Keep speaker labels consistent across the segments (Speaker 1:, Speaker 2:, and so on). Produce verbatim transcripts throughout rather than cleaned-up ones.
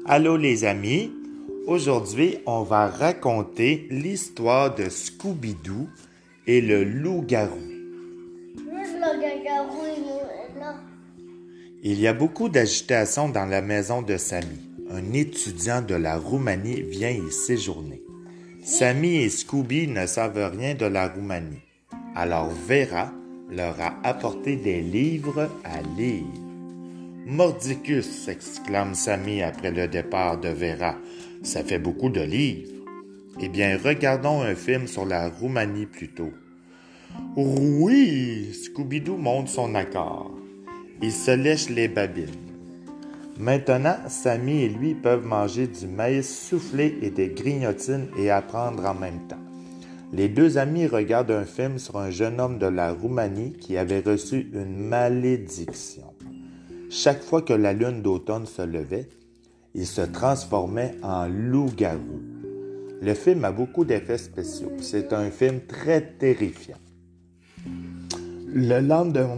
Speaker 1: Allô les amis, aujourd'hui on va raconter l'histoire de Scooby-Doo et le loup-garou.
Speaker 2: Le loup-garou est là.
Speaker 1: Il y a beaucoup d'agitation dans la maison de Samy. Un étudiant de la Roumanie vient y séjourner. Samy et Scooby ne savent rien de la Roumanie. Alors Vera leur a apporté des livres à lire. Mordicus, s'exclame Samy après le départ de Vera. Ça fait beaucoup de livres. Eh bien, regardons un film sur la Roumanie plutôt. Oui, Scooby-Doo montre son accord. Il se lèche les babines. Maintenant, Samy et lui peuvent manger du maïs soufflé et des grignotines et apprendre en même temps. Les deux amis regardent un film sur un jeune homme de la Roumanie qui avait reçu une malédiction. Chaque fois que la lune d'automne se levait, il se transformait en loup-garou. Le film a beaucoup d'effets spéciaux. C'est un film très terrifiant. Le lendemain,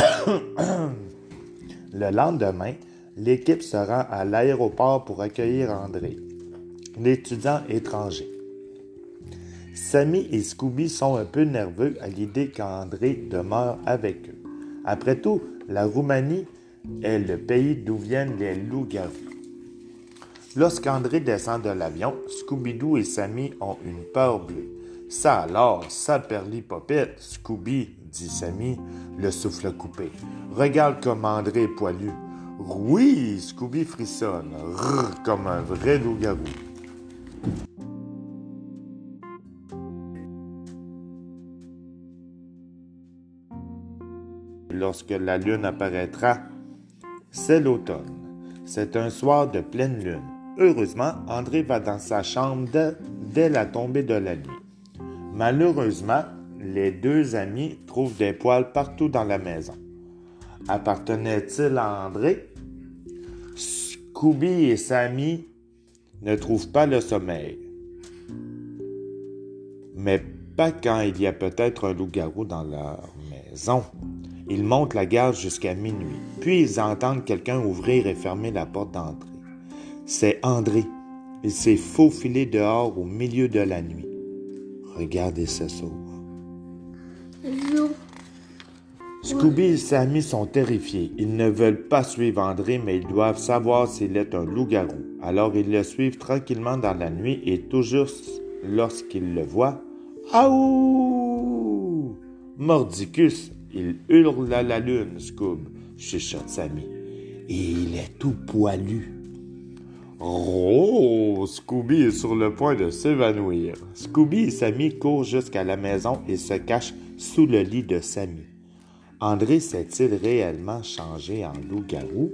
Speaker 1: le lendemain, l'équipe se rend à l'aéroport pour accueillir André, l'étudiant étranger. Samy et Scooby sont un peu nerveux à l'idée qu'André demeure avec eux. Après tout, la Roumanie est le pays d'où viennent les loups-garous. Lorsqu'André descend de l'avion, Scooby-Doo et Samy ont une peur bleue. « Ça alors, ça perlipopette, Scooby, dit Samy, le souffle coupé. Regarde comme André est poilu. Oui, Scooby frissonne, rrr, comme un vrai loup-garou. Lorsque la lune apparaîtra, c'est l'automne. C'est un soir de pleine lune. Heureusement, André va dans sa chambre dès, dès la tombée de la nuit. Malheureusement, les deux amis trouvent des poils partout dans la maison. Appartenait-il à André? Scooby et Samy ne trouvent pas le sommeil. Mais pas quand il y a peut-être un loup-garou dans leur maison. Ils montent la garde jusqu'à minuit. Puis ils entendent quelqu'un ouvrir et fermer la porte d'entrée. C'est André. Il s'est faufilé dehors au milieu de la nuit. Regardez ce sauve. Scooby et Samy sont terrifiés. Ils ne veulent pas suivre André, mais ils doivent savoir s'il est un loup-garou. Alors ils le suivent tranquillement dans la nuit et tout juste lorsqu'ils le voient, « Aouh! Mordicus! » Il hurle à la lune, Scoob, chuchote Samy. Et il est tout poilu. Oh! Scooby est sur le point de s'évanouir. Scooby et Samy courent jusqu'à la maison et se cachent sous le lit de Samy. André s'est-il réellement changé en loup-garou?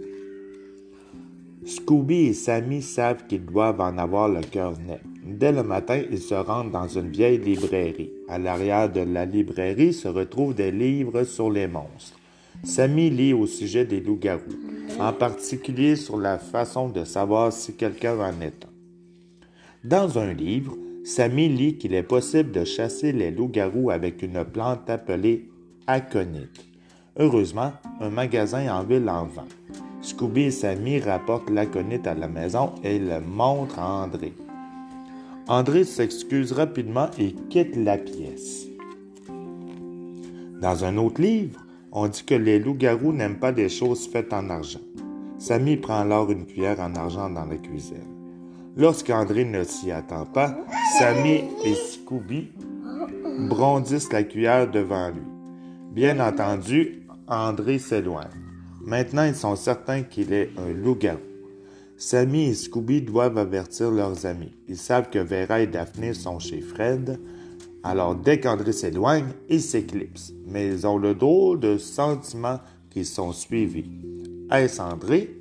Speaker 1: Scooby et Samy savent qu'ils doivent en avoir le cœur net. Dès le matin, ils se rendent dans une vieille librairie. À l'arrière de la librairie se retrouvent des livres sur les monstres. Samy lit au sujet des loups-garous, en particulier sur la façon de savoir si quelqu'un en est un. Dans un livre, Samy lit qu'il est possible de chasser les loups-garous avec une plante appelée aconite. Heureusement, un magasin en ville en vend. Scooby et Samy rapportent l'aconite à la maison et le montrent à André. André s'excuse rapidement et quitte la pièce. Dans un autre livre, on dit que les loups-garous n'aiment pas des choses faites en argent. Samy prend alors une cuillère en argent dans la cuisine. Lorsqu'André ne s'y attend pas, Samy et Scooby brandissent la cuillère devant lui. Bien entendu, André s'éloigne. Maintenant, ils sont certains qu'il est un loup-garou. Samy et Scooby doivent avertir leurs amis. Ils savent que Vera et Daphné sont chez Fred. Alors, dès qu'André s'éloigne, ils s'éclipsent. Mais ils ont le drôle de sentiment qu'ils sont suivis. Est-ce André?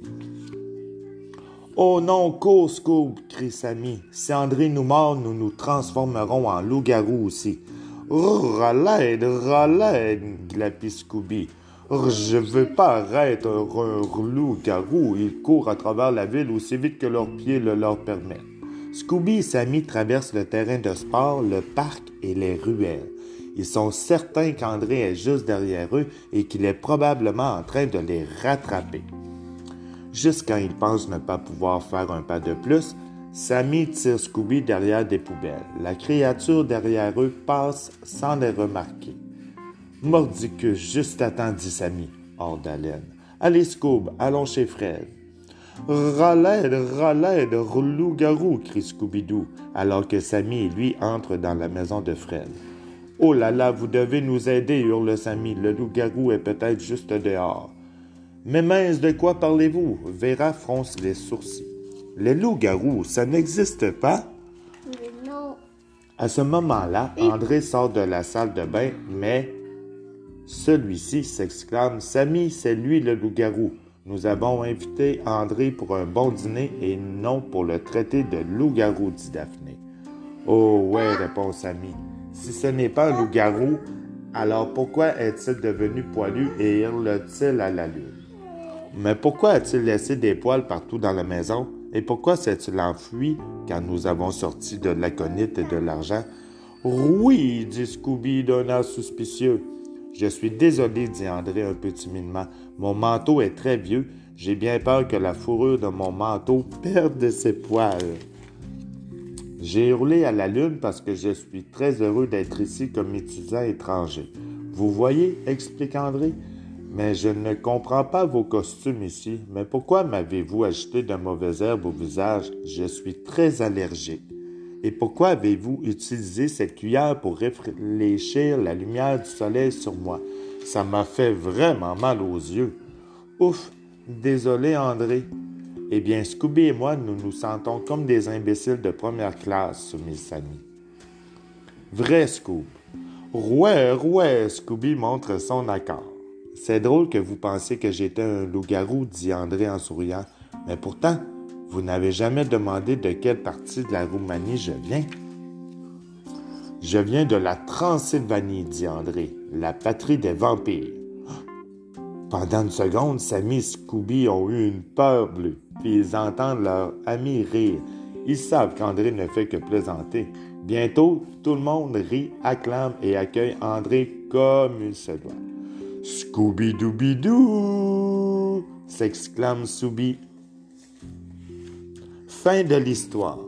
Speaker 1: Oh non, cours, Scoob, crie Samy. Si André nous mord, nous nous transformerons en loup-garou aussi. Râlaide, râlaide, glapit Scooby. Je veux pas être un, un loup-garou. Ils courent à travers la ville aussi vite que leurs pieds le leur permettent. Scooby et Samy traversent le terrain de sport, le parc et les ruelles. Ils sont certains qu'André est juste derrière eux et qu'il est probablement en train de les rattraper. « Juste quand il pense ne pas pouvoir faire un pas de plus, Sammy tire Scooby derrière des poubelles. La créature derrière eux passe sans les remarquer. « Mordicus, juste à temps, dit Sammy, hors d'haleine. « Allez, Scoob, allons chez Fred. »« Ralaide, ralaide, loup-garou, crie Scooby-Doo, alors que Sammy, lui, entre dans la maison de Fred. « Oh là là, vous devez nous aider, hurle Sammy, le loup-garou est peut-être juste dehors. »« Mais mince, de quoi parlez-vous? » Vera fronce les sourcils. « Les loups-garous, ça n'existe pas? »
Speaker 2: Mais non.
Speaker 1: À ce moment-là, André sort de la salle de bain, mais celui-ci s'exclame « Sammy, c'est lui le loup-garou. Nous avons invité André pour un bon dîner et non pour le traiter de loup-garou, dit Daphné. »« Oh ouais, répond Sammy. Si ce n'est pas un loup-garou, alors pourquoi est-il devenu poilu et hurle-t-il à la lune? Mais pourquoi a-t-il laissé des poils partout dans la maison? Et pourquoi s'est-il enfui quand nous avons sorti de l'aconite et de l'argent? »« Oui, dit Scooby d'un air suspicieux. »« Je suis désolé, dit André un peu timidement. Mon manteau est très vieux. J'ai bien peur que la fourrure de mon manteau perde ses poils. » J'ai hurlé à la lune parce que je suis très heureux d'être ici comme étudiant étranger. Vous voyez, explique André. Mais je ne comprends pas vos costumes ici. Mais pourquoi m'avez-vous ajouté de mauvaises herbes au visage? Je suis très allergique. Et pourquoi avez-vous utilisé cette cuillère pour réfléchir la lumière du soleil sur moi? Ça m'a fait vraiment mal aux yeux. Ouf, désolé André. Eh bien, Scooby et moi, nous nous sentons comme des imbéciles de première classe, soumis Sammy. Vrai, Scoob. Ouais, ouais, Scooby montre son accord. C'est drôle que vous pensiez que j'étais un loup-garou, dit André en souriant. Mais pourtant, vous n'avez jamais demandé de quelle partie de la Roumanie je viens. Je viens de la Transylvanie, dit André, la patrie des vampires. Pendant une seconde, Sammy et Scooby ont eu une peur bleue, puis ils entendent leur ami rire. Ils savent qu'André ne fait que plaisanter. Bientôt, tout le monde rit, acclame et accueille André comme il se doit. « Scooby-Dooby-Doo » s'exclame Scooby. Fin de l'histoire.